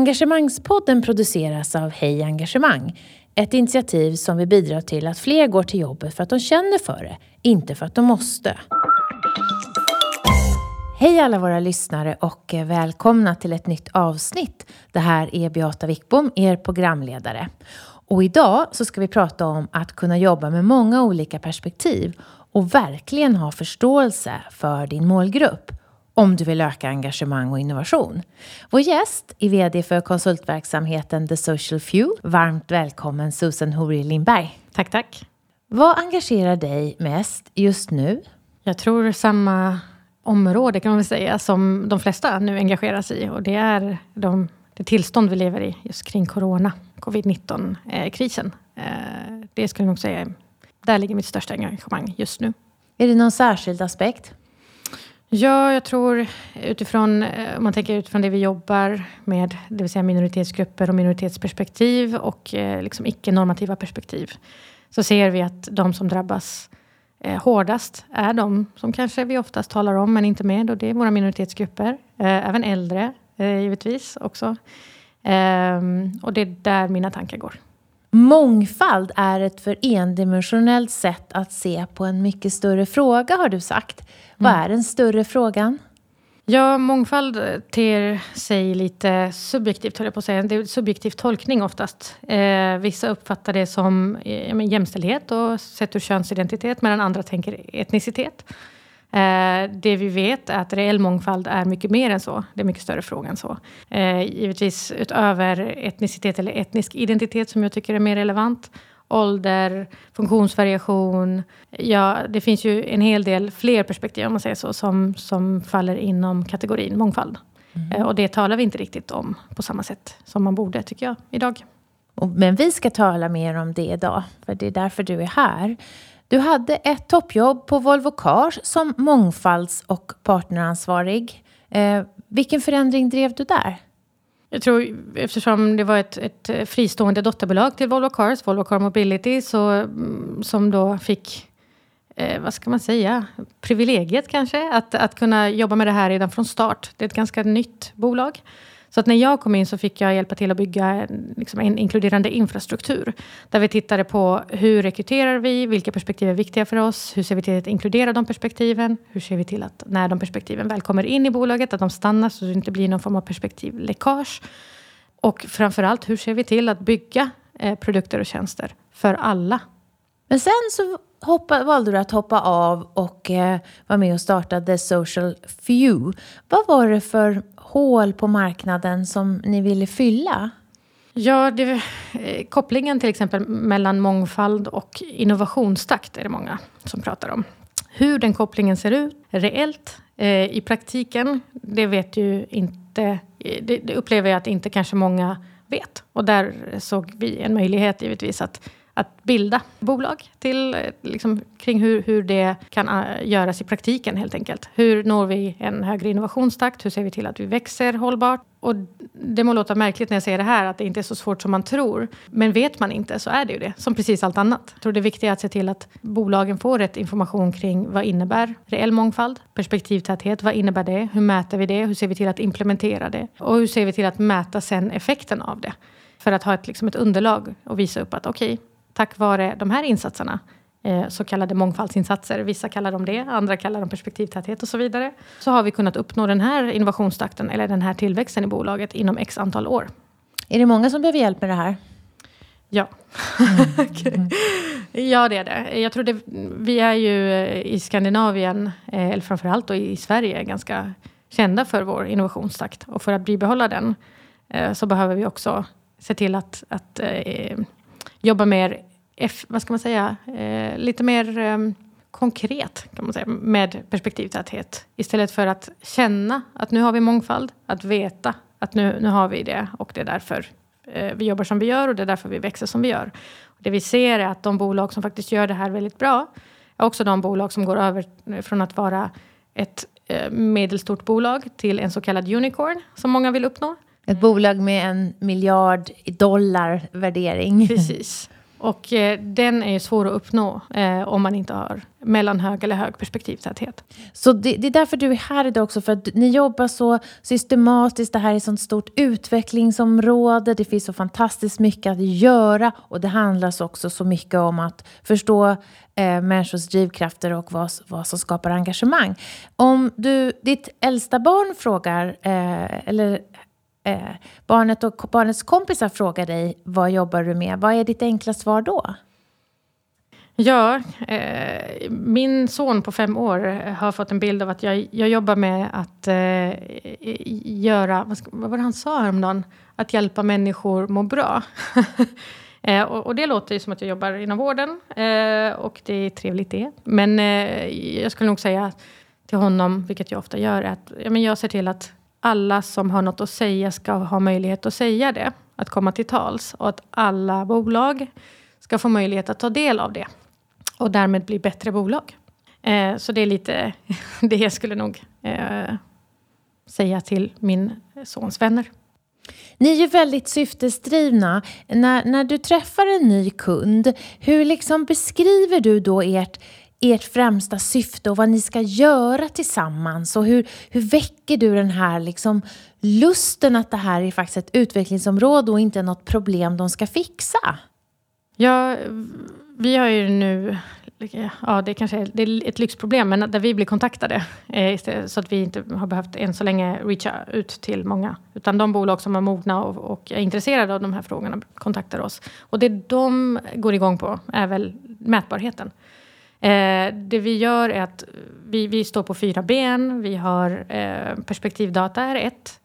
Engagemangspodden produceras av Hej Engagemang. Ett initiativ som vill bidra till att fler går till jobbet för att de känner för det, inte för att de måste. Hej alla våra lyssnare och välkomna till ett nytt avsnitt. Det här är Beata Wickbom, er programledare. Och idag så ska vi prata om att kunna jobba med många olika perspektiv och verkligen ha förståelse för din målgrupp om du vill öka engagemang och innovation. Vår gäst är vd för konsultverksamheten The Social Few. Varmt välkommen Susan Hori Lindberg. Tack. Vad engagerar dig mest just nu? Jag tror samma område kan man väl säga som de flesta nu engagerar sig i. Och det är det tillstånd vi lever i just kring corona, covid-19-krisen. Det skulle jag nog säga, där ligger mitt största engagemang just nu. Är det någon särskild aspekt? Ja, jag tror utifrån, om man tänker utifrån det vi jobbar med, det vill säga minoritetsgrupper och minoritetsperspektiv och liksom icke-normativa perspektiv, så ser vi att de som drabbas hårdast är de som kanske vi oftast talar om men inte med, och det är våra minoritetsgrupper, även äldre givetvis också. Och det är där mina tankar går. Mångfald är ett för endimensionellt sätt att se på en mycket större fråga, har du sagt. Vad är den större frågan? Ja, mångfald ter sig lite subjektivt, höll jag på att säga. Det är subjektiv tolkning oftast. Vissa uppfattar det som jämställdhet och sett ur könsidentitet, medan andra tänker etnicitet. Det vi vet är att reell mångfald är mycket mer än så. Det är mycket större fråga än så. Givetvis utöver etnicitet eller etnisk identitet som jag tycker är mer relevant. Ålder, funktionsvariation. Ja, det finns ju en hel del fler perspektiv om man säger så som faller inom kategorin mångfald. Och det talar vi inte riktigt om på samma sätt som man borde, tycker jag, idag. Men vi ska tala mer om det idag, för det är därför du är här. Du hade ett toppjobb på Volvo Cars som mångfalds- och partneransvarig. Vilken förändring drev du där? Jag tror, eftersom det var ett fristående dotterbolag till Volvo Cars, Volvo Car Mobility, som då fick, vad ska man säga, privilegiet kanske, att kunna jobba med det här redan från start. Det är ett ganska nytt bolag. Så att när jag kom in så fick jag hjälpa till att bygga en inkluderande infrastruktur. Där vi tittade på hur rekryterar vi, vilka perspektiv är viktiga för oss, hur ser vi till att inkludera de perspektiven, hur ser vi till att när de perspektiven väl kommer in i bolaget att de stannar så att det inte blir någon form av perspektivläckage. Och framförallt hur ser vi till att bygga produkter och tjänster för alla. Men sen så valde du att hoppa av och vara med och starta The Social Few. Vad var det för hål på marknaden som ni ville fylla? Ja, kopplingen till exempel mellan mångfald och innovationstakt är det många som pratar om. Hur den kopplingen ser ut reellt i praktiken, det vet ju inte, det upplever jag att inte kanske många vet. Och där såg vi en möjlighet givetvis att bilda bolag till kring hur det kan göras i praktiken helt enkelt. Hur når vi en högre innovationstakt? Hur ser vi till att vi växer hållbart? Och det må låta märkligt när jag säger det här att det inte är så svårt som man tror. Men vet man inte så är det ju det, som precis allt annat. Jag tror det är viktigt att se till att bolagen får rätt information kring vad innebär reell mångfald, perspektivtäthet, vad innebär det? Hur mäter vi det? Hur ser vi till att implementera det? Och hur ser vi till att mäta sen effekten av det? För att ha ett underlag och visa upp att okej, tack vare de här insatserna, så kallade mångfaldsinsatser, vissa kallar dem det, andra kallar dem perspektivtäthet och så vidare, så har vi kunnat uppnå den här innovationstakten eller den här tillväxten i bolaget inom x antal år. Är det många som behöver hjälp med det här? Ja. Ja, det är det. Jag tror vi är ju i Skandinavien, eller framförallt då i Sverige, ganska kända för vår innovationstakt. Och för att bibehålla den så behöver vi också se till att jobba mer, vad ska man säga, lite mer konkret kan man säga, med perspektivtäthet. Istället för att känna att nu har vi mångfald, att veta att nu har vi det och det är därför vi jobbar som vi gör och det är därför vi växer som vi gör. Och det vi ser är att de bolag som faktiskt gör det här väldigt bra är också de bolag som går över från att vara ett medelstort bolag till en så kallad unicorn som många vill uppnå. Ett bolag med $1 miljard värdering. Precis. Och den är ju svår att uppnå om man inte har mellanhög eller hög perspektivtäthet. Så det är därför du är här idag också, för att ni jobbar så systematiskt. Det här är ett sånt stort utvecklingsområde. Det finns så fantastiskt mycket att göra, och det handlar också så mycket om att förstå människors drivkrafter och vad som skapar engagemang. Om ditt äldsta barn frågar, barnet och barnets kompisar frågar dig, vad jobbar du med? Vad är ditt enkla svar då? Ja, min son på 5 år har fått en bild av att jag jobbar med att göra, vad var det han sa häromdagen? Att hjälpa människor må bra. Och det låter ju som att jag jobbar inom vården, och det är trevligt det. Men jag skulle nog säga till honom, vilket jag ofta gör, att jag ser till att alla som har något att säga ska ha möjlighet att säga det. Att komma till tals. Och att alla bolag ska få möjlighet att ta del av det. Och därmed bli bättre bolag. Så det är lite det jag skulle nog säga till min sons vänner. Ni är ju väldigt syftesdrivna. När du träffar en ny kund, hur liksom beskriver du då ert främsta syfte och vad ni ska göra tillsammans? Och hur väcker du den här liksom lusten att det här är faktiskt ett utvecklingsområde och inte något problem de ska fixa? Ja, vi har ju nu, det är ett lyxproblem, men där vi blir kontaktade så att vi inte har behövt än så länge reacha ut till många, utan de bolag som är mogna och är intresserade av de här frågorna kontaktar oss. Och det de går igång på är väl mätbarheten. Det vi gör är att vi står på 4 ben. Vi har perspektivdata är 1.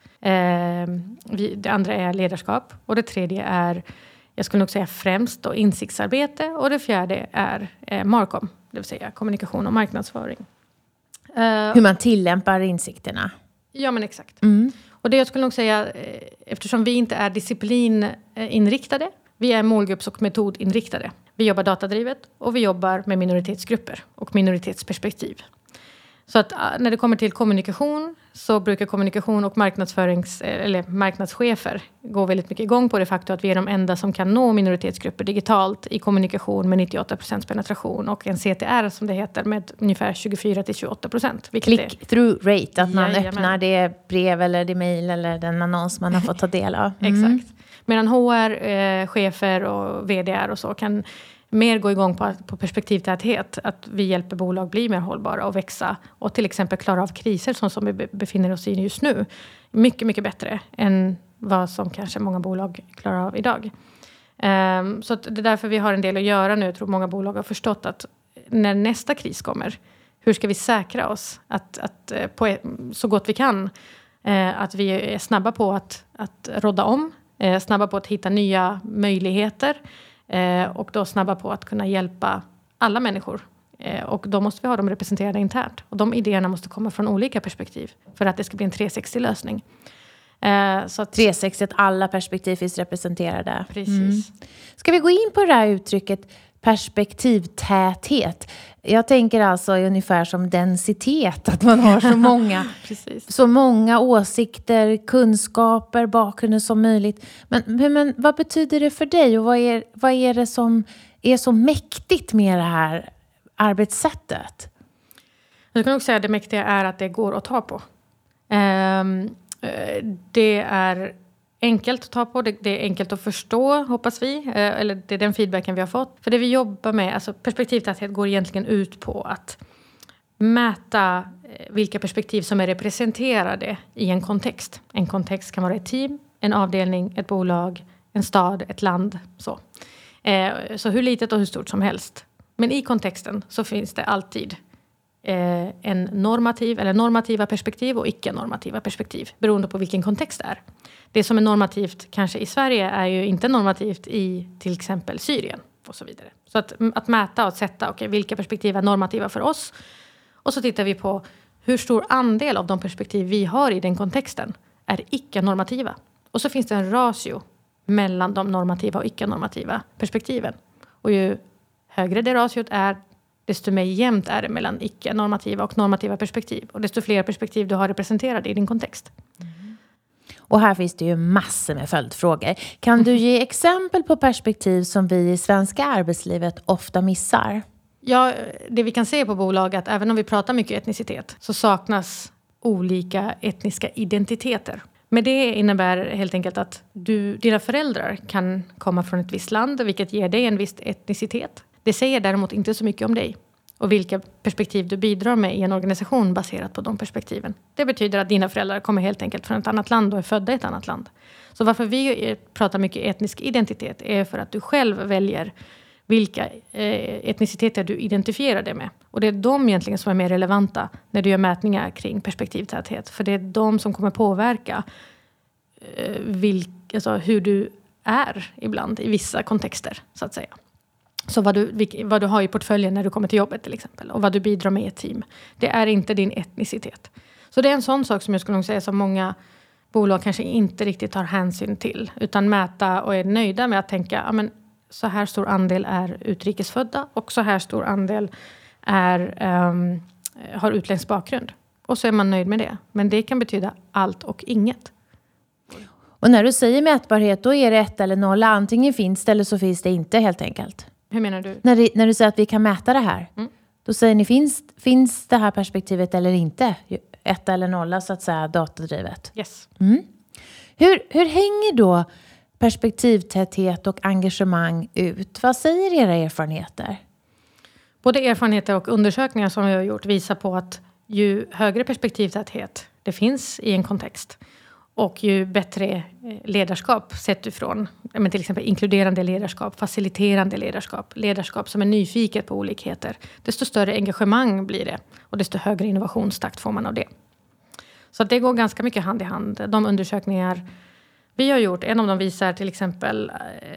Det andra är ledarskap. Och det tredje är, jag skulle nog säga främst då, insiktsarbete. Och det fjärde är Marcom, det vill säga kommunikation och marknadsföring. Hur man tillämpar insikterna. Ja, men exakt. Mm. Och det jag skulle nog säga, eftersom vi inte är disciplininriktade, vi är målgrupps- och metodinriktade. Vi jobbar datadrivet och vi jobbar med minoritetsgrupper och minoritetsperspektiv. Så att när det kommer till kommunikation så brukar kommunikation och marknadschefer gå väldigt mycket igång på det faktum att vi är de enda som kan nå minoritetsgrupper digitalt i kommunikation med 98% penetration och en CTR som det heter med ungefär 24-28%. Click-through rate, att man öppnar det brev eller det mejl eller den annons man har fått ta del av. Exakt. Medan HR-chefer och VDR och så kan mer gå igång på perspektivtäthet. Att vi hjälper bolag bli mer hållbara och växa. Och till exempel klara av kriser som vi befinner oss i just nu. Mycket, mycket bättre än vad som kanske många bolag klarar av idag. Så att det är därför vi har en del att göra nu. Jag tror många bolag har förstått att när nästa kris kommer, hur ska vi säkra oss att på så gott vi kan att vi är snabba på att rodda om. Snabba på att hitta nya möjligheter och då snabba på att kunna hjälpa alla människor. Och då måste vi ha dem representerade internt. Och de idéerna måste komma från olika perspektiv för att det ska bli en 360-lösning. Så att 360, att alla perspektiv finns representerade. Precis. Ska vi gå in på det här uttrycket perspektivtäthet? Jag tänker alltså ungefär som densitet, att man har så många åsikter, kunskaper, bakgrunder som möjligt. Men vad betyder det för dig och vad är det som är så mäktigt med det här arbetssättet? Jag kan nog säga att det mäktiga är att det går att ta på. Det är enkelt att ta på, det är enkelt att förstå, hoppas vi. Eller det är den feedbacken vi har fått. För det vi jobbar med, alltså perspektivtäthet går egentligen ut på att mäta vilka perspektiv som är representerade i en kontext. En kontext kan vara ett team, en avdelning, ett bolag, en stad, ett land. Så hur litet och hur stort som helst. Men i kontexten så finns det alltid en normativ eller normativa perspektiv och icke-normativa perspektiv. Beroende på vilken kontext det är. Det som är normativt kanske i Sverige är ju inte normativt i till exempel Syrien och så vidare. Så att mäta och sätta vilka perspektiv är normativa för oss. Och så tittar vi på hur stor andel av de perspektiv vi har i den kontexten är icke-normativa. Och så finns det en ratio mellan de normativa och icke-normativa perspektiven. Och ju högre det ratiot är, desto mer jämnt är det mellan icke-normativa och normativa perspektiv. Och desto fler perspektiv du har representerade i din kontext. Och här finns det ju massor med följdfrågor. Kan du ge exempel på perspektiv som vi i svenska arbetslivet ofta missar? Ja, det vi kan se på bolag är att även om vi pratar mycket etnicitet så saknas olika etniska identiteter. Men det innebär helt enkelt att dina föräldrar kan komma från ett visst land, vilket ger dig en viss etnicitet. Det säger däremot inte så mycket om dig och vilka perspektiv du bidrar med i en organisation baserat på de perspektiven. Det betyder att dina föräldrar kommer helt enkelt från ett annat land och är födda i ett annat land. Så varför vi pratar mycket etnisk identitet är för att du själv väljer vilka etniciteter du identifierar dig med. Och det är de egentligen som är mer relevanta när du gör mätningar kring perspektivtäthet. För det är de som kommer påverka hur du är ibland i vissa kontexter, så att säga. Så vad du har i portföljen när du kommer till jobbet till exempel. Och vad du bidrar med i ett team. Det är inte din etnicitet. Så det är en sån sak som jag skulle nog säga som många bolag kanske inte riktigt tar hänsyn till. Utan mäta och är nöjda med att tänka, men så här stor andel är utrikesfödda och så här stor andel har utländsk bakgrund. Och så är man nöjd med det. Men det kan betyda allt och inget. Och när du säger mätbarhet, då är det 1 eller 0. Antingen finns det eller så finns det inte, helt enkelt. Hur menar du? När du säger att vi kan mäta det här. Då säger ni, finns det här perspektivet eller inte? 1 eller 0, så att säga, datadrivet. Yes. Hur hänger då perspektivtäthet och engagemang ut? Vad säger era erfarenheter? Både erfarenheter och undersökningar som vi har gjort visar på att ju högre perspektivtäthet det finns i en kontext och ju bättre ledarskap sett ifrån, till exempel inkluderande ledarskap, faciliterande ledarskap som är nyfiket på olikheter, desto större engagemang blir det och desto högre innovationstakt får man av det. Så att det går ganska mycket hand i hand. De undersökningar vi har gjort, en av dem visar till exempel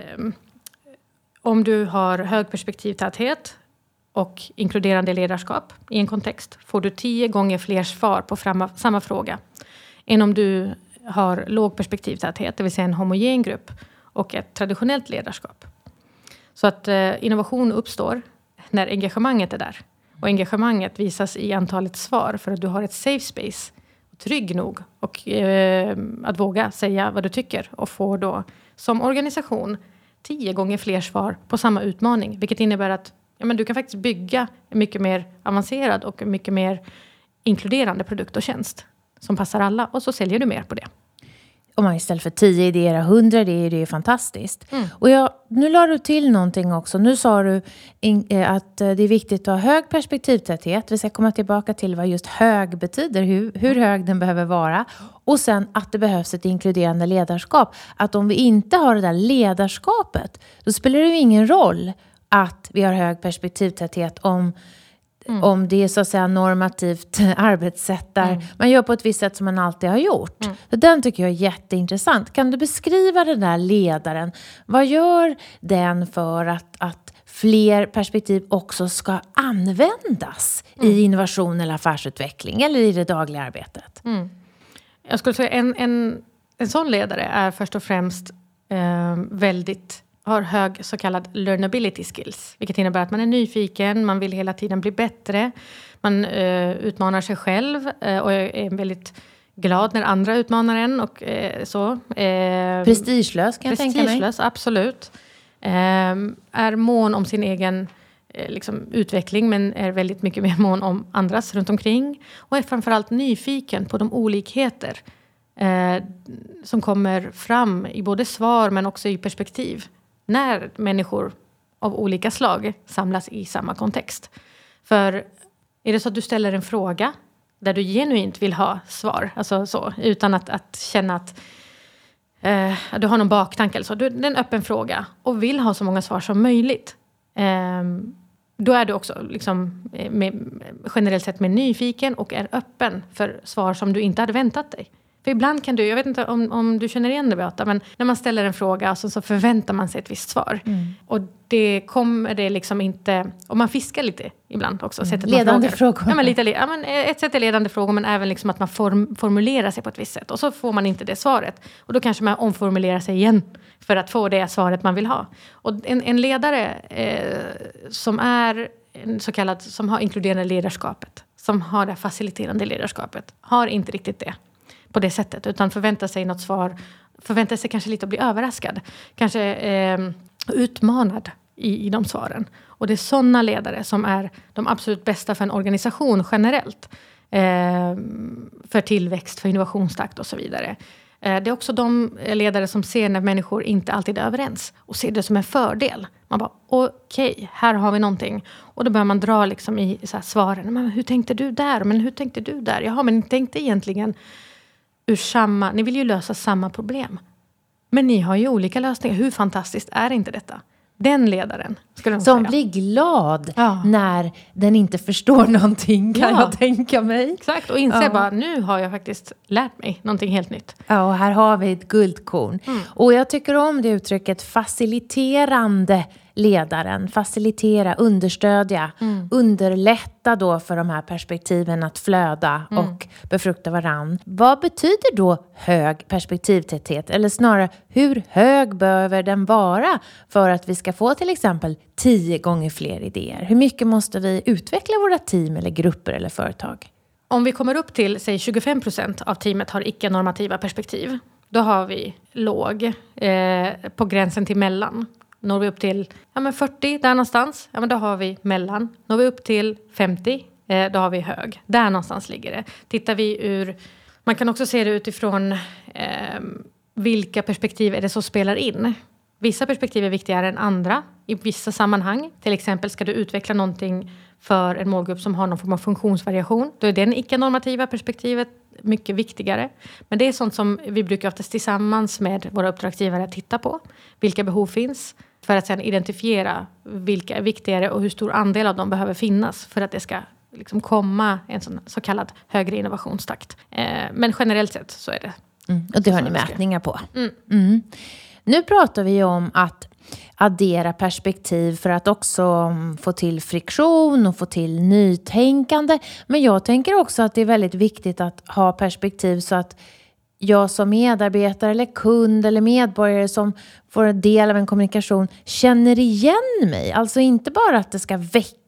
om du har hög perspektivtäthet och inkluderande ledarskap i en kontext får du 10 gånger fler svar på samma fråga än om du har låg perspektivtäthet, det vill säga en homogen grupp och ett traditionellt ledarskap. Så att innovation uppstår när engagemanget är där. Och engagemanget visas i antalet svar för att du har ett safe space, trygg nog och att våga säga vad du tycker och få då som organisation 10 gånger fler svar på samma utmaning. Vilket innebär att du kan faktiskt bygga en mycket mer avancerad och mycket mer inkluderande produkt och tjänst som passar alla och så säljer du mer på det. Om man istället för 10 idéer har 100 idéer, det är fantastiskt. Och nu la du till någonting också. Nu sa du att det är viktigt att ha hög perspektivtäthet. Vi ska komma tillbaka till vad just hög betyder, hur hög den behöver vara. Och sen att det behövs ett inkluderande ledarskap. Att om vi inte har det där ledarskapet, då spelar det ju ingen roll att vi har hög perspektivtäthet om det är så att säga normativt arbetssätt där man gör på ett visst sätt som man alltid har gjort. Så den tycker jag är jätteintressant. Kan du beskriva den där ledaren? Vad gör den för att fler perspektiv också ska användas i innovation eller affärsutveckling eller i det dagliga arbetet? Jag skulle säga en sån ledare är först och främst har hög så kallad learnability skills. Vilket innebär att man är nyfiken, man vill hela tiden bli bättre. Man utmanar sig själv och är väldigt glad när andra utmanar en. Och, så. Prestigelös kan jag tänka mig. Prestigelös, absolut. Är mån om sin egen utveckling men är väldigt mycket mer mån om andras runt omkring. Och är framförallt nyfiken på de olikheter som kommer fram i både svar men också i perspektiv. När människor av olika slag samlas i samma kontext. För är det så att du ställer en fråga där du genuint vill ha svar, alltså så, utan att känna att du har någon baktanke, alltså, det är en öppen fråga och vill ha så många svar som möjligt. Då är du också generellt sett mer nyfiken och är öppen för svar som du inte hade väntat dig. För ibland kan jag vet inte om du känner igen det, Beata, men när man ställer en fråga så förväntar man sig ett visst svar. Och det kommer det inte, och man fiskar lite ibland också. Ledande frågor. Ett sätt är ledande frågor, men även att man formulerar sig på ett visst sätt. Och så får man inte det svaret. Och då kanske man omformulerar sig igen för att få det svaret man vill ha. Och en ledare som är så kallad, som har inkluderande ledarskapet, som har det faciliterande ledarskapet, har inte riktigt det. på det sättet. Utan förväntar sig något svar. Förväntar sig kanske lite att bli överraskad. Kanske utmanad i de svaren. Och det är sådana ledare som är de absolut bästa för en organisation generellt. För tillväxt, för innovationstakt och så vidare. Det är också de ledare som ser när människor inte alltid är överens. Och ser det som en fördel. Man bara, okej, här har vi någonting. Och då börjar man dra liksom i så här svaren. Men hur tänkte du där? Men hur tänkte du där? Jaha, men ni tänkte egentligen ni vill ju lösa samma problem. Men ni har ju olika lösningar. Hur fantastiskt är inte detta? Den ledaren skulle de som säga. blir glad när den inte förstår någonting, kan jag tänka mig. Exakt, och inser bara, nu har jag faktiskt lärt mig någonting helt nytt. Ja, och här har vi ett guldkorn. Och jag tycker om det uttrycket, faciliterande ledaren. Facilitera, understödja, underlätta då för de här perspektiven att flöda och befrukta varann. Vad betyder då hög perspektivtäthet? Eller snarare, hur hög behöver den vara för att vi ska få till exempel 10 gånger fler idéer? Hur mycket måste vi utveckla våra team eller grupper eller företag? Om vi kommer upp till, säg 25% av teamet har icke-normativa perspektiv. Då har vi låg, på gränsen till mellan. Når vi upp till 40, där någonstans, då har vi mellan. Når vi upp till 50, då har vi hög. Där någonstans ligger det. Tittar vi man kan också se det utifrån vilka perspektiv är det som spelar in. Vissa perspektiv är viktigare än andra i vissa sammanhang. Till exempel ska du utveckla någonting för en målgrupp som har någon form av funktionsvariation. Då är det icke-normativa perspektivet mycket viktigare. Men det är sånt som vi brukar oftast tillsammans med våra uppdragsgivare titta på. Vilka behov finns för att sedan identifiera vilka är viktigare och hur stor andel av dem behöver finnas för att det ska liksom komma en så kallad högre innovationstakt. Men generellt sett så är det. Och det har ni mätningar på. Nu pratar vi om att addera perspektiv för att också få till friktion och få till nytänkande. Men jag tänker också att det är väldigt viktigt att ha perspektiv så att jag som medarbetare eller kund eller medborgare som får en del av en kommunikation känner igen mig. Alltså inte bara att det ska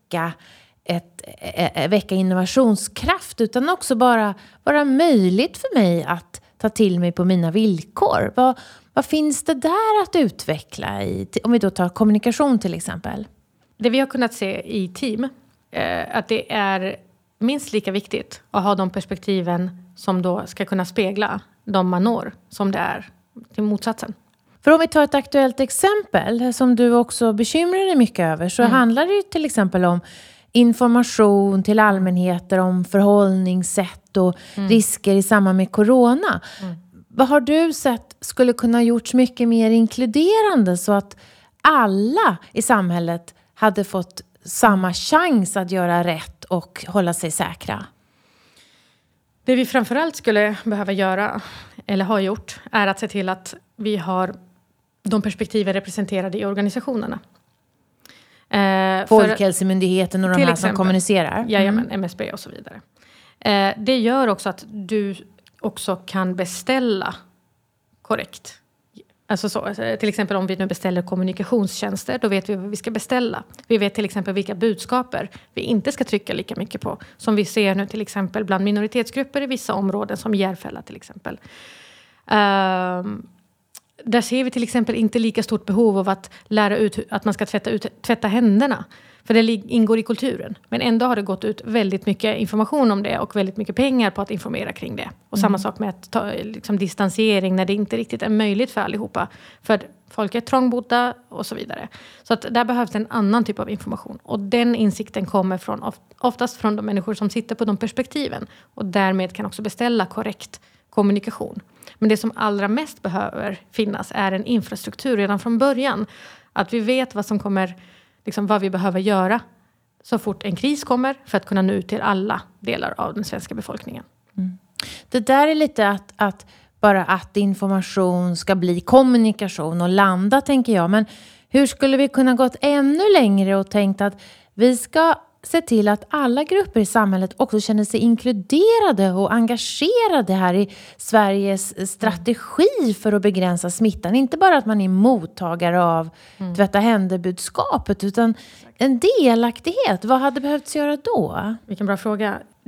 väcka innovationskraft utan också bara vara möjligt för mig att ta till mig på mina villkor. Vad finns det där att utveckla om vi då tar kommunikation till exempel? Det vi har kunnat se i team att det är minst lika viktigt att ha de perspektiven som då ska kunna spegla de man når som det är till motsatsen. För om vi tar ett aktuellt exempel som du också bekymrar dig mycket över så handlar det ju till exempel om information till allmänheter om förhållningssätt och risker i samband med corona. Vad har du sett skulle kunna gjorts mycket mer inkluderande så att alla i samhället hade fått samma chans att göra rätt och hålla sig säkra? Det vi framförallt skulle behöva göra, eller har gjort, är att se till att vi har de perspektiven representerade i organisationerna. Folkhälsomyndigheten och de här som kommunicerar. Jajamän, MSB och så vidare. Det gör också att du också kan beställa korrekt. Alltså så, till exempel om vi nu beställer kommunikationstjänster, då vet vi vad vi ska beställa. Vi vet till exempel vilka budskaper vi inte ska trycka lika mycket på. Som vi ser nu till exempel bland minoritetsgrupper i vissa områden som Järfälla till exempel. Där ser vi till exempel inte lika stort behov av att lära ut att man ska tvätta händerna. För det ingår i kulturen. Men ändå har det gått ut väldigt mycket information om det. Och väldigt mycket pengar på att informera kring det. Och samma sak med att ta distansering när det inte riktigt är möjligt för allihopa. För folk är trångbodda och så vidare. Så att där behövs en annan typ av information. Och den insikten kommer oftast från de människor som sitter på de perspektiven. Och därmed kan också beställa korrekt kommunikation. Men det som allra mest behöver finnas är en infrastruktur redan från början. Att vi vet vad som kommer, vad vi behöver göra så fort en kris kommer för att kunna nå ut till alla delar av den svenska befolkningen. Det där är lite att information ska bli kommunikation och landa, tänker jag. Men hur skulle vi kunna gått ännu längre och tänkt att vi ska se till att alla grupper i samhället också känner sig inkluderade och engagerade här i Sveriges strategi för att begränsa smittan. Inte bara att man är mottagare av tvätta händer-budskapet utan en delaktighet. Vad hade behövts göra då? Vilken bra fråga.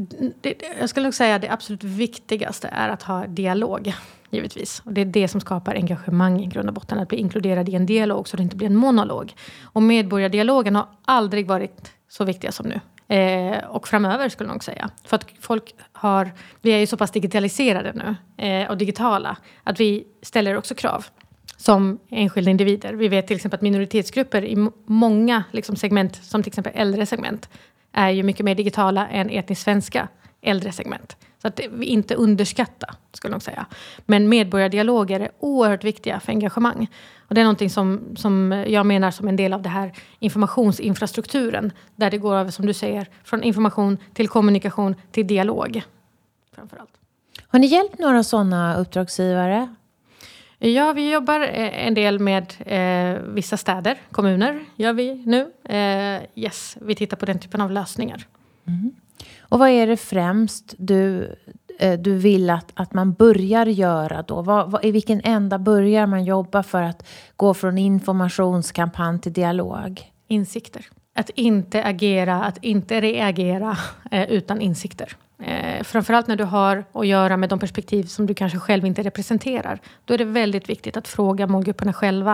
Jag skulle nog säga att det absolut viktigaste är att ha dialog, givetvis. Och det är det som skapar engagemang i grund och botten. Att bli inkluderad i en dialog så det inte blir en monolog. Och medborgardialogen har aldrig varit så viktiga som nu. Och framöver skulle jag nog säga. För att vi är ju så pass digitaliserade nu och digitala att vi ställer också krav som enskilda individer. Vi vet till exempel att minoritetsgrupper i många liksom, segment, som till exempel äldre segment, är ju mycket mer digitala än etniskt svenska äldre segment. Så att vi inte underskatta, skulle jag säga. Men medborgardialoger är oerhört viktiga för engagemang. Och det är någonting som jag menar som en del av det här informationsinfrastrukturen. Där det går över, som du säger, från information till kommunikation till dialog. Framförallt. Har ni hjälpt några sådana uppdragsgivare? Ja, vi jobbar en del med vissa städer, kommuner gör vi nu. Vi tittar på den typen av lösningar. Mm. Och vad är det främst du vill att man börjar göra då? I vilken ända börjar man jobba för att gå från informationskampanj till dialog? Insikter. Att inte agera, att inte reagera utan insikter. Framförallt när du har att göra med de perspektiv som du kanske själv inte representerar. Då är det väldigt viktigt att fråga målgrupperna själva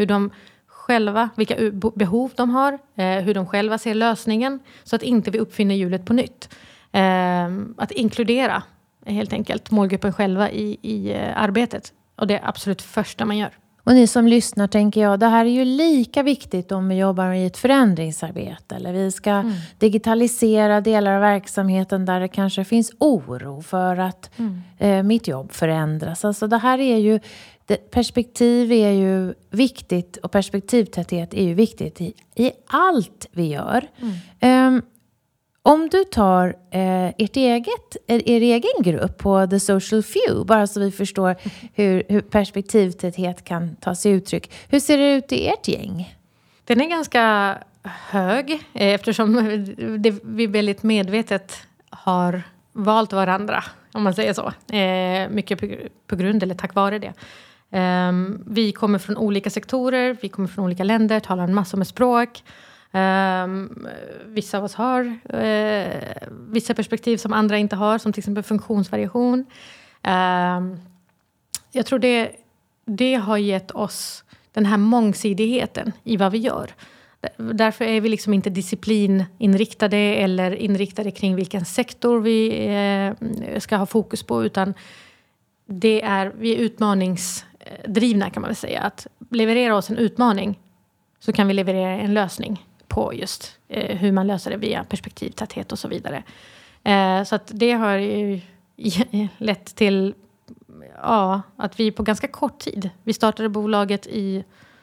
vilka behov de har, hur de själva ser lösningen, så att inte vi uppfinner hjulet på nytt. Att inkludera helt enkelt målgruppen själva i arbetet. Och det är absolut första man gör. Och ni som lyssnar tänker jag, det här är ju lika viktigt om vi jobbar i ett förändringsarbete. Eller vi ska digitalisera delar av verksamheten där det kanske finns oro för att mitt jobb förändras. Alltså det här är ju, perspektiv är ju viktigt och perspektivtäthet är ju viktigt i allt vi gör. Om du tar er egen grupp på The Social Few, bara så vi förstår hur perspektivtäthet kan ta sig uttryck. Hur ser det ut i ert gäng? Den är ganska hög eftersom vi väldigt medvetet har valt varandra, om man säger så. Mycket på grund eller tack vare det. Vi kommer från olika sektorer, vi kommer från olika länder, talar en massa med språk. Vissa av oss har vissa perspektiv som andra inte har, som till exempel funktionsvariation. Jag tror det har gett oss den här mångsidigheten i vad vi gör. Därför är vi liksom inte disciplininriktade eller inriktade kring vilken sektor vi ska ha fokus på, utan vi är utmaningsdrivna, kan man väl säga. Att leverera oss en utmaning så kan vi leverera en lösning på just hur man löser det via perspektivtäthet och så vidare. Så att det har ju lett till att vi på ganska kort tid, vi startade bolaget i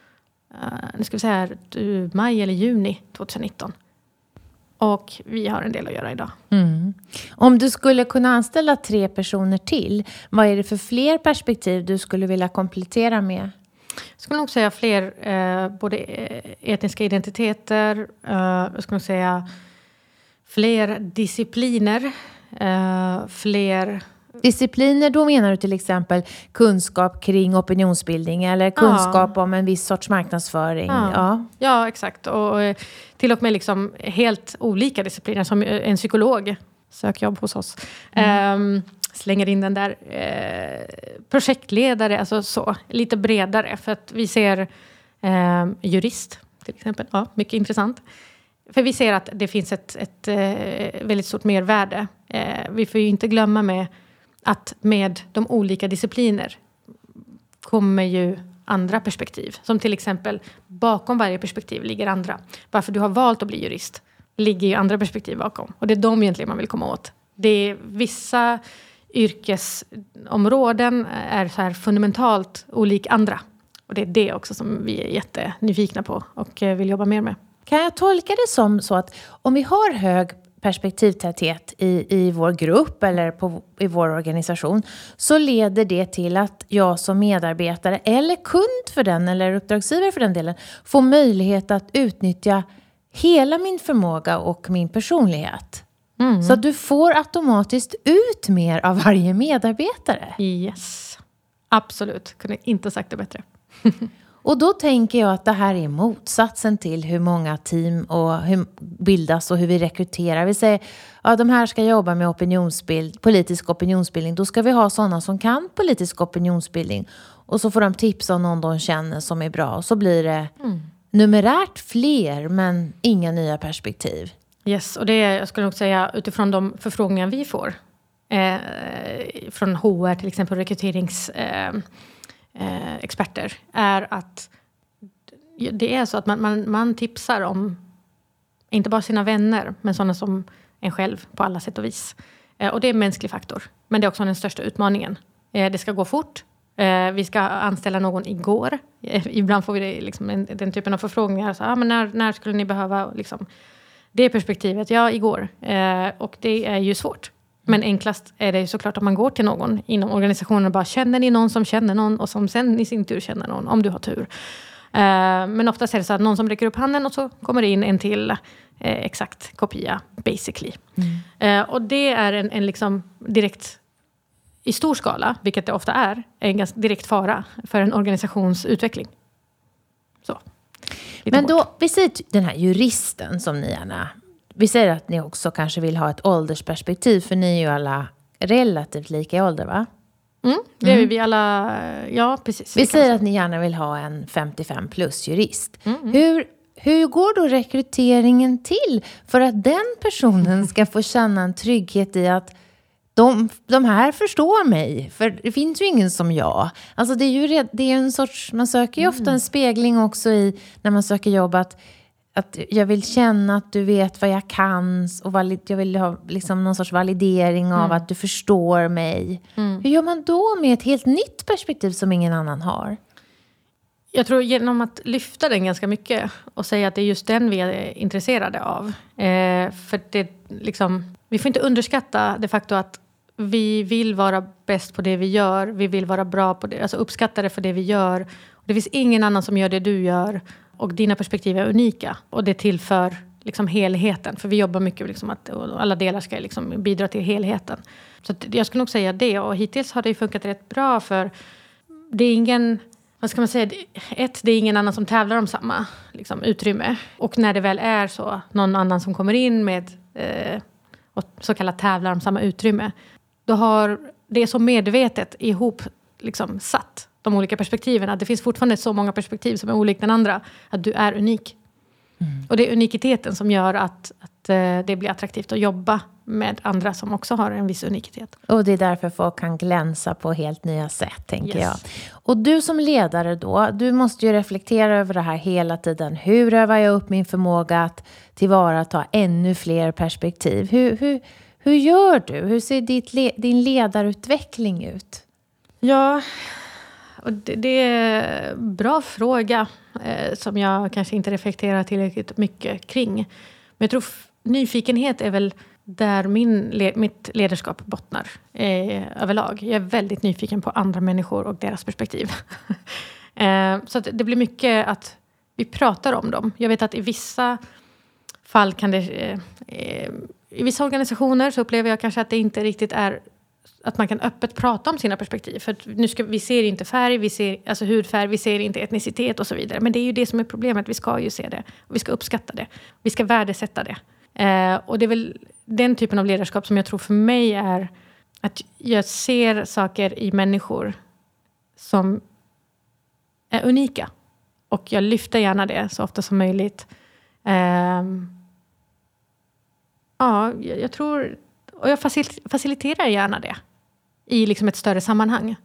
maj eller juni 2019. Och vi har en del att göra idag. Om du skulle kunna anställa 3 personer till, vad är det för fler perspektiv du skulle vilja komplettera med? Jag skulle nog säga fler, både etniska identiteter, jag skulle nog säga fler discipliner, fler... Discipliner, då menar du till exempel kunskap kring opinionsbildning eller kunskap om en viss sorts marknadsföring. Ja, exakt. Och till och med liksom helt olika discipliner, som en psykolog, sökjobb hos oss. Slänger in den där projektledare, alltså så, lite bredare. För att vi ser jurist till exempel, mycket intressant. För vi ser att det finns ett väldigt stort mervärde. Vi får ju inte glömma med att med de olika discipliner kommer ju andra perspektiv. Som till exempel bakom varje perspektiv ligger andra. Varför du har valt att bli jurist ligger ju andra perspektiv bakom. Och det är de egentligen man vill komma åt. Det är vissa yrkesområden är så här fundamentalt olik andra. Och det är det också som vi är jättenyfikna på och vill jobba mer med. Kan jag tolka det som så att om vi har hög perspektivtäthet i vår grupp eller i vår organisation, så leder det till att jag som medarbetare eller kund för den eller uppdragsgivare för den delen får möjlighet att utnyttja hela min förmåga och min personlighet. Så att du får automatiskt ut mer av varje medarbetare. Yes, absolut. Kunde inte sagt det bättre. Och då tänker jag att det här är motsatsen till hur många team och hur bildas och hur vi rekryterar. Vi säger att de här ska jobba med politisk opinionsbildning. Då ska vi ha sådana som kan politisk opinionsbildning. Och så får de tipsa om någon de känner som är bra. Och så blir det numerärt fler men inga nya perspektiv. Yes, och det jag skulle nog säga utifrån de förfrågningar vi får. Från HR till exempel, rekryteringsexperter, är att det är så att man tipsar om inte bara sina vänner men sådana som en själv på alla sätt och vis. Och det är en mänsklig faktor, men det är också den största utmaningen. Det ska gå fort. Vi ska anställa någon igår. Ibland får vi det, liksom, den typen av förfrågningar. Så, men när skulle ni behöva liksom, det perspektivet? Ja, igår. Och det är ju svårt. Men enklast är det ju såklart att man går till någon inom organisationen och bara känner ni någon som känner någon och som sen i sin tur känner någon om du har tur. Men oftast är det så att någon som räcker upp handen och så kommer det in en till exakt kopia basically. Och det är en liksom direkt i stor skala, vilket det ofta är en ganska direkt fara för en organisations utveckling. Så. Men då, vi säger den här juristen som ni gärna... Vi säger att ni också kanske vill ha ett åldersperspektiv, för ni är ju alla relativt lika i ålder, va? Det är vi alla, ja precis. Vi säger att ni gärna vill ha en 55 plus jurist. Hur går då rekryteringen till för att den personen ska få känna en trygghet i att de här förstår mig, för det finns ju ingen som jag. Alltså det är ju en sorts, man söker ju ofta en spegling också i när man söker jobb, att jag vill känna att du vet vad jag kan och jag vill ha liksom någon sorts validering av att du förstår mig. Hur gör man då med ett helt nytt perspektiv som ingen annan har? Jag tror genom att lyfta den ganska mycket och säga att det är just den vi är intresserade av. För det liksom, vi får inte underskatta det faktum att vi vill vara bäst på det vi gör. Vi vill vara bra på det, alltså uppskattade för det vi gör. Det finns ingen annan som gör det du gör. Och dina perspektiv är unika. Och det tillför liksom helheten. För vi jobbar mycket liksom att alla delar ska liksom bidra till helheten. Så jag skulle nog säga det. Och hittills har det funkat rätt bra. För det är ingen... Vad ska man säga? Det är ingen annan som tävlar om samma liksom, utrymme. Och när det väl är så, någon annan som kommer in med och så kallat tävlar om samma utrymme. Då har det så medvetet ihop liksom, satt de olika perspektiven. Att det finns fortfarande så många perspektiv som är olika den andra. Att du är unik. Och det är unikiteten som gör att det blir attraktivt att jobba med andra som också har en viss unikitet. Och det är därför folk kan glänsa på helt nya sätt, tänker jag. Och du som ledare då, du måste ju reflektera över det här hela tiden. Hur övar jag upp min förmåga att tillvarata ännu fler perspektiv? Hur gör du? Hur ser din ledarutveckling ut? Ja, och det är en bra fråga som jag kanske inte reflekterar tillräckligt mycket kring. Men jag tror nyfikenhet är väl där mitt ledarskap bottnar överlag. Jag är väldigt nyfiken på andra människor och deras perspektiv. Så att det blir mycket att vi pratar om dem. Jag vet att i vissa fall kan det... I vissa organisationer så upplever jag kanske att det inte riktigt är... Att man kan öppet prata om sina perspektiv. För vi ser inte färg, vi ser alltså hudfärg, vi ser inte etnicitet och så vidare. Men det är ju det som är problemet. Vi ska ju se det. Och vi ska uppskatta det. Vi ska värdesätta det. Och det är väl den typen av ledarskap som jag tror för mig är att jag ser saker i människor som är unika. Och jag lyfter gärna det så ofta som möjligt. Ja, jag tror... Och jag faciliterar gärna det i liksom ett större sammanhang.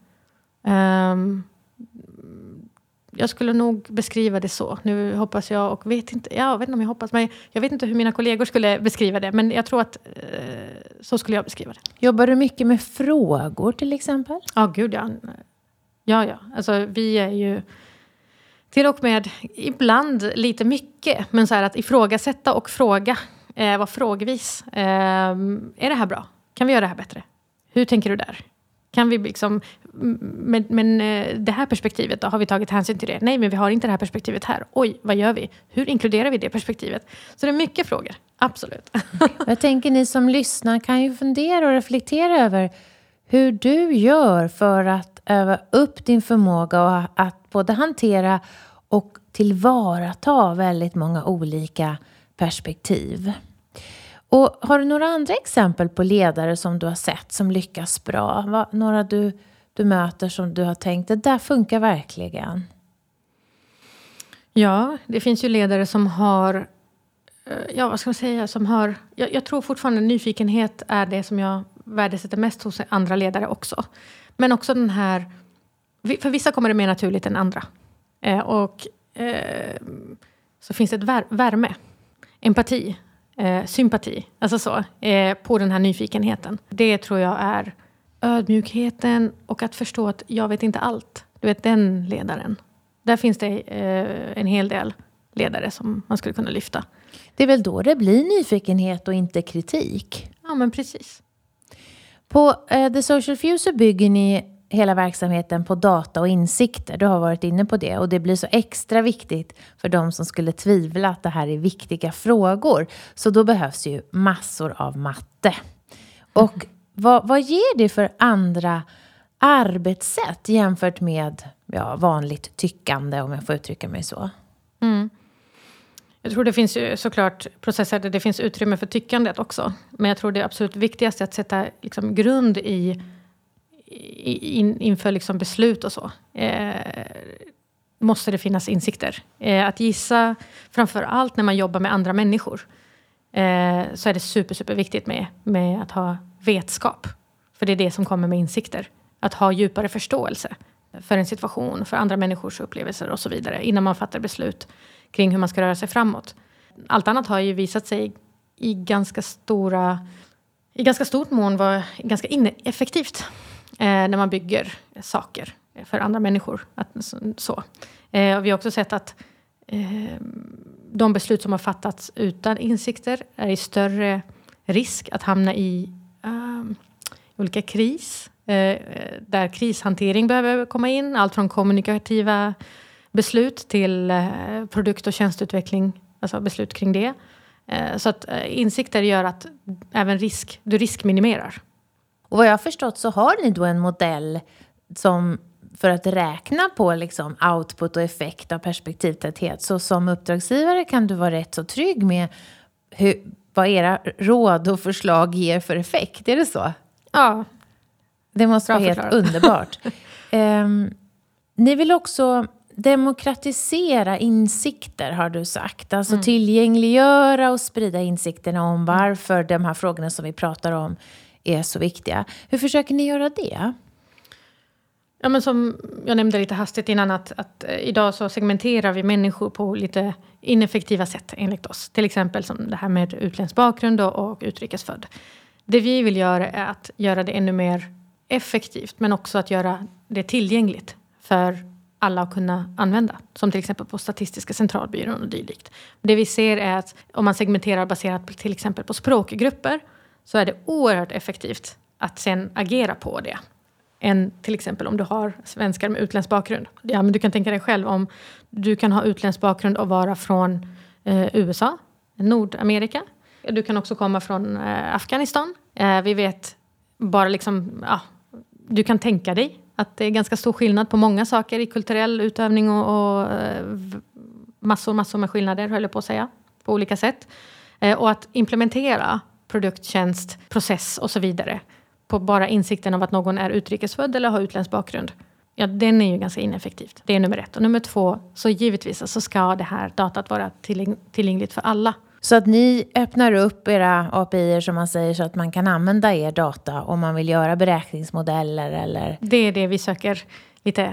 Jag skulle nog beskriva det så. Nu hoppas jag och vet inte. Jag vet inte om jag hoppas. Men jag vet inte hur mina kollegor skulle beskriva det. Men jag tror att så skulle jag beskriva det. Jobbar du mycket med frågor till exempel? Ja, gud ja. Ja. Alltså vi är ju till och med ibland lite mycket. Men så här att ifrågasätta och fråga. Var frågvis. Är det här bra? Kan vi göra det här bättre? Hur tänker du där? Kan vi liksom... Men det här perspektivet då, har vi tagit hänsyn till det? Nej, men vi har inte det här perspektivet här. Oj, vad gör vi? Hur inkluderar vi det perspektivet? Så det är mycket frågor, absolut. Jag tänker ni som lyssnar kan ju fundera och reflektera över hur du gör för att öva upp din förmåga och att både hantera tillvarata väldigt många olika perspektiv. Och har du några andra exempel på ledare som du har sett som lyckas bra? Några du möter som du har tänkt, det där funkar verkligen? Ja, det finns ju ledare som har, vad ska man säga, som har, jag tror fortfarande nyfikenhet är det som jag värdesätter mest hos andra ledare också. Men också den här, för vissa kommer det mer naturligt än andra. Så finns det ett värme, empati, sympati, alltså så, på den här nyfikenheten. Det tror jag är ödmjukheten och att förstå att jag vet inte allt. Du vet, den ledaren. Där finns det en hel del ledare som man skulle kunna lyfta. Det är väl då det blir nyfikenhet och inte kritik? Ja, men precis. På The Social Few så bygger ni hela verksamheten på data och insikter. Du har varit inne på det. Och det blir så extra viktigt för de som skulle tvivla att det här är viktiga frågor. Så då behövs ju massor av matte. Och vad ger det för andra arbetssätt jämfört med vanligt tyckande, om jag får uttrycka mig så? Mm. Jag tror det finns ju såklart processer där det finns utrymme för tyckandet också. Men jag tror det absolut viktigaste är att sätta liksom grund inför liksom beslut och så. Måste det finnas insikter. Att gissa, framför allt när man jobbar med andra människor, så är det super viktigt med att ha vetskap. För det är det som kommer med insikter. Att ha djupare förståelse för en situation, för andra människors upplevelser och så vidare. Innan man fattar beslut kring hur man ska röra sig framåt. Allt annat har ju visat sig i ganska stort mån vara ganska ineffektivt. När man bygger saker för andra människor. Och vi har också sett att de beslut som har fattats utan insikter är i större risk att hamna i olika kris. Där krishantering behöver komma in. Allt från kommunikativa beslut till produkt- och tjänsteutveckling. Alltså beslut kring det. Så att insikter gör att även du riskminimerar. Och vad jag har förstått så har ni då en modell som för att räkna på liksom output och effekt av perspektivtäthet. Så som uppdragsgivare kan du vara rätt så trygg med vad era råd och förslag ger för effekt. Är det så? Ja. Det måste vara helt underbart. Ni vill också demokratisera insikter, har du sagt. Alltså tillgängliggöra och sprida insikterna om varför de här frågorna som vi pratar om är så viktiga. Hur försöker ni göra det? Ja, men som jag nämnde lite hastigt innan att idag så segmenterar vi människor på lite ineffektiva sätt enligt oss. Till exempel som det här med utländsk bakgrund och utrikesfödd. Det vi vill göra är att göra det ännu mer effektivt, men också att göra det tillgängligt för alla att kunna använda. Som till exempel på Statistiska centralbyrån och dylikt. Det vi ser är att om man segmenterar baserat på, till exempel på språkgrupper, så är det oerhört effektivt att sen agera på det. Än till exempel om du har svenskar med utländsk bakgrund. Ja, men du kan tänka dig själv om du kan ha utländsk bakgrund och vara från USA, Nordamerika. Du kan också komma från Afghanistan. Vi vet bara liksom, du kan tänka dig att det är ganska stor skillnad på många saker i kulturell utövning och massor med skillnader, höll jag på att säga, på olika sätt. Och att implementera produkt, tjänst, process och så vidare på bara insikten av att någon är utrikesfödd eller har utländsk bakgrund. Ja, den är ju ganska ineffektivt. Det är nummer 1. Och nummer 2, så givetvis så ska det här datat vara tillgängligt för alla. Så att ni öppnar upp era API:er som man säger så att man kan använda er data om man vill göra beräkningsmodeller eller? Det är det vi söker lite,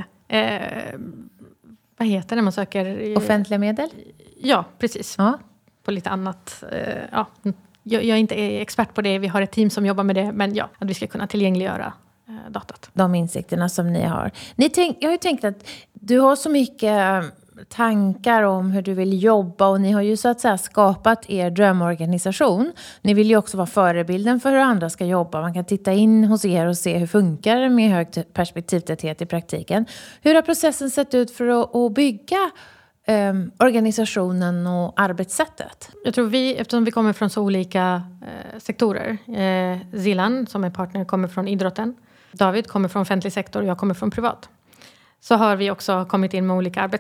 vad heter det man söker? Offentliga medel? Ja, precis. Ja. På lite annat, Jag är inte expert på det, vi har ett team som jobbar med det, men att vi ska kunna tillgängliggöra datat. De insikterna som ni har. Jag har ju tänkt att du har så mycket tankar om hur du vill jobba och ni har ju så att säga skapat er drömorganisation. Ni vill ju också vara förebilden för hur andra ska jobba. Man kan titta in hos er och se hur funkar det med hög perspektivtäthet i praktiken. Hur har processen sett ut för att bygga organisationen och arbetssättet? Jag tror eftersom vi kommer från så olika sektorer. Zilan som är partner kommer från idrotten. David kommer från offentlig sektor och jag kommer från privat. Så har vi också kommit in med olika arbetssätt.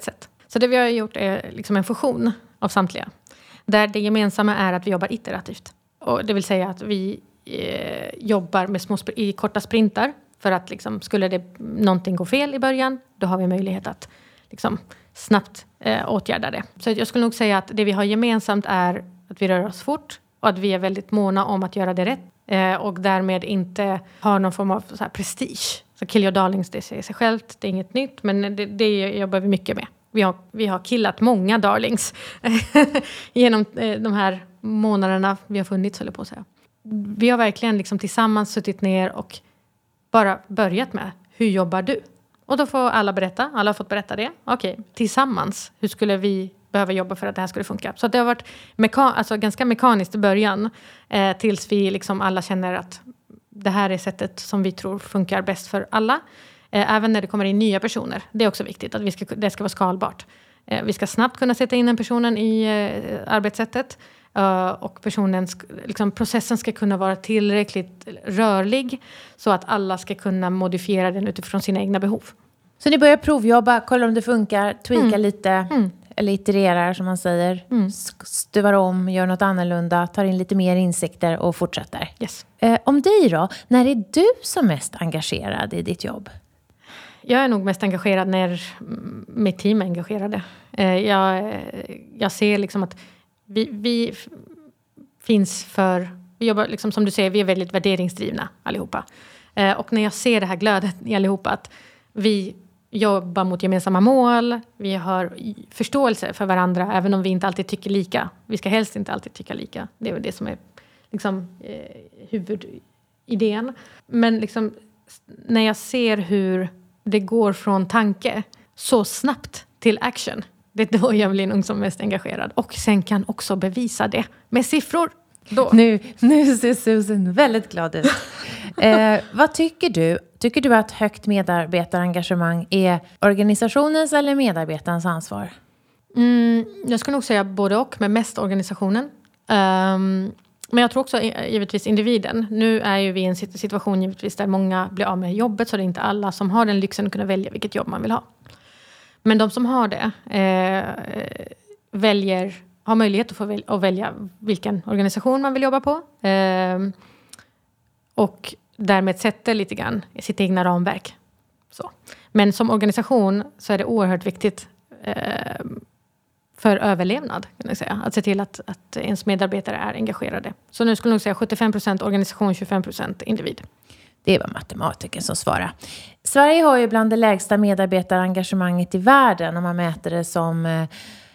Så det vi har gjort är liksom en fusion av samtliga. Där det gemensamma är att vi jobbar iterativt. Och det vill säga att vi jobbar med i korta sprintar. För att liksom, skulle det någonting gå fel i början, då har vi möjlighet att liksom, snabbt åtgärda det. Så jag skulle nog säga att det vi har gemensamt är att vi rör oss fort. Och att vi är väldigt måna om att göra det rätt. Och därmed inte har någon form av så här prestige. Så kill your darlings, det säger sig självt. Det är inget nytt, men det jobbar vi mycket med. Vi har killat många darlings genom de här månaderna vi har funnits, höll jag på att säga. Vi har verkligen liksom tillsammans suttit ner och bara börjat med, hur jobbar du? Och då får alla har fått berätta det. Okej, tillsammans, hur skulle vi behöva jobba för att det här skulle funka? Så det har varit ganska mekaniskt i början, tills vi liksom alla känner att det här är sättet som vi tror funkar bäst för alla. Även när det kommer in nya personer. Det är också viktigt att det ska vara skalbart. Vi ska snabbt kunna sätta in den personen i arbetssättet. Och processen ska kunna vara tillräckligt rörlig. Så att alla ska kunna modifiera den utifrån sina egna behov. Så ni börjar provjobba, kollar om det funkar, tweaka lite. Eller itererar som man säger. Stuvar om, gör något annorlunda. Tar in lite mer insikter och fortsätter. Yes. Om dig då, när är du som mest engagerad i ditt jobb? Jag är nog mest engagerad när mitt team är engagerade. Jag ser liksom att vi finns för... Vi jobbar liksom, som du säger, vi är väldigt värderingsdrivna allihopa. Och när jag ser det här glödet i allihopa, att vi jobbar mot gemensamma mål. Vi har förståelse för varandra, även om vi inte alltid tycker lika. Vi ska helst inte alltid tycka lika. Det är väl det som är liksom, huvudidén. Men liksom, när jag ser hur det går från tanke så snabbt till action, det är då jag blir nog som mest engagerad. Och sen kan också bevisa det med siffror. Då. Nu ser Susan väldigt glad ut. Vad tycker du? Tycker du att högt medarbetarengagemang är organisationens eller medarbetarens ansvar? Jag skulle nog säga både och, men mest organisationen. Men jag tror också givetvis individen. Nu är ju vi i en situation givetvis där många blir av med jobbet, så det är inte alla som har den lyxen att kunna välja vilket jobb man vill ha. Men de som har det har möjlighet att välja vilken organisation man vill jobba på. Och därmed sätter lite grann sitt egna ramverk. Så. Men som organisation så är det oerhört viktigt för överlevnad, kan jag säga. Att se till att ens medarbetare är engagerade. Så nu skulle jag nog säga 75% organisation, 25% individ. Det var matematiken som svarade. Sverige har ju bland det lägsta medarbetarengagemanget i världen om man mäter det som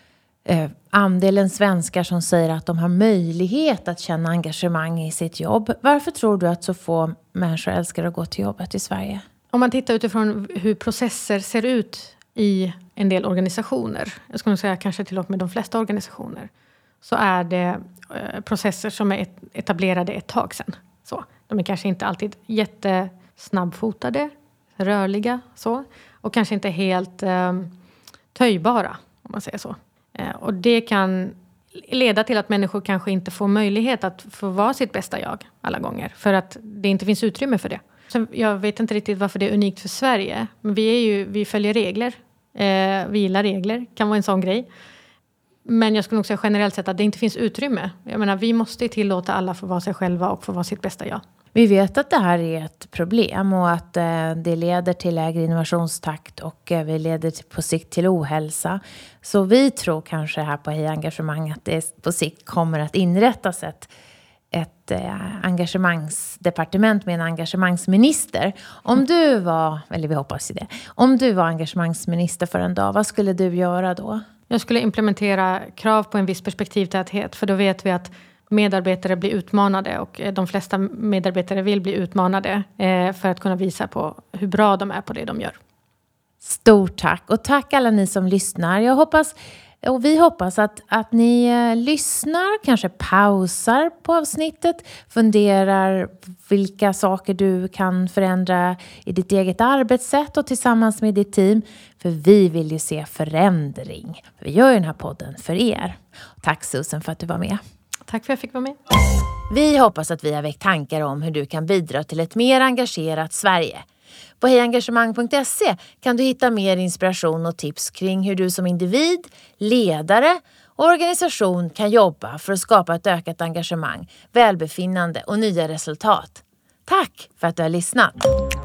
andelen svenskar som säger att de har möjlighet att känna engagemang i sitt jobb. Varför tror du att så få människor älskar att gå till jobbet i Sverige? Om man tittar utifrån hur processer ser ut i en del organisationer, jag skulle säga kanske till och med de flesta organisationer, så är det processer som är etablerade ett tag sedan. Så. De är kanske inte alltid jättesnabbfotade, rörliga så, och kanske inte helt töjbara, om man säger så. Och det kan leda till att människor kanske inte får möjlighet att få vara sitt bästa jag alla gånger. För att det inte finns utrymme för det. Så jag vet inte riktigt varför det är unikt för Sverige. Men vi följer regler. Vi gillar regler. Kan vara en sån grej. Men jag skulle nog säga generellt sett att det inte finns utrymme. Jag menar, vi måste tillåta alla få vara sig själva och få vara sitt bästa jag. Vi vet att det här är ett problem och att det leder till lägre innovationstakt och vi leder på sikt till ohälsa. Så vi tror kanske här på Hej Engagemang att det på sikt kommer att inrättas ett engagemangsdepartement med en engagemangsminister. Om du var, eller vi hoppas i det, om du var engagemangsminister för en dag, vad skulle du göra då? Jag skulle implementera krav på en viss perspektivtäthet, för då vet vi att medarbetare blir utmanade och de flesta medarbetare vill bli utmanade för att kunna visa på hur bra de är på det de gör. Stort tack, och tack alla ni som lyssnar. Vi hoppas att ni lyssnar, kanske pausar på avsnittet, funderar vilka saker du kan förändra i ditt eget arbetssätt och tillsammans med ditt team. För vi vill ju se förändring. Vi gör ju den här podden för er. Tack Susan för att du var med. Tack för att jag fick vara med. Vi hoppas att vi har väckt tankar om hur du kan bidra till ett mer engagerat Sverige. På hejengagemang.se kan du hitta mer inspiration och tips kring hur du som individ, ledare och organisation kan jobba för att skapa ett ökat engagemang, välbefinnande och nya resultat. Tack för att du har lyssnat!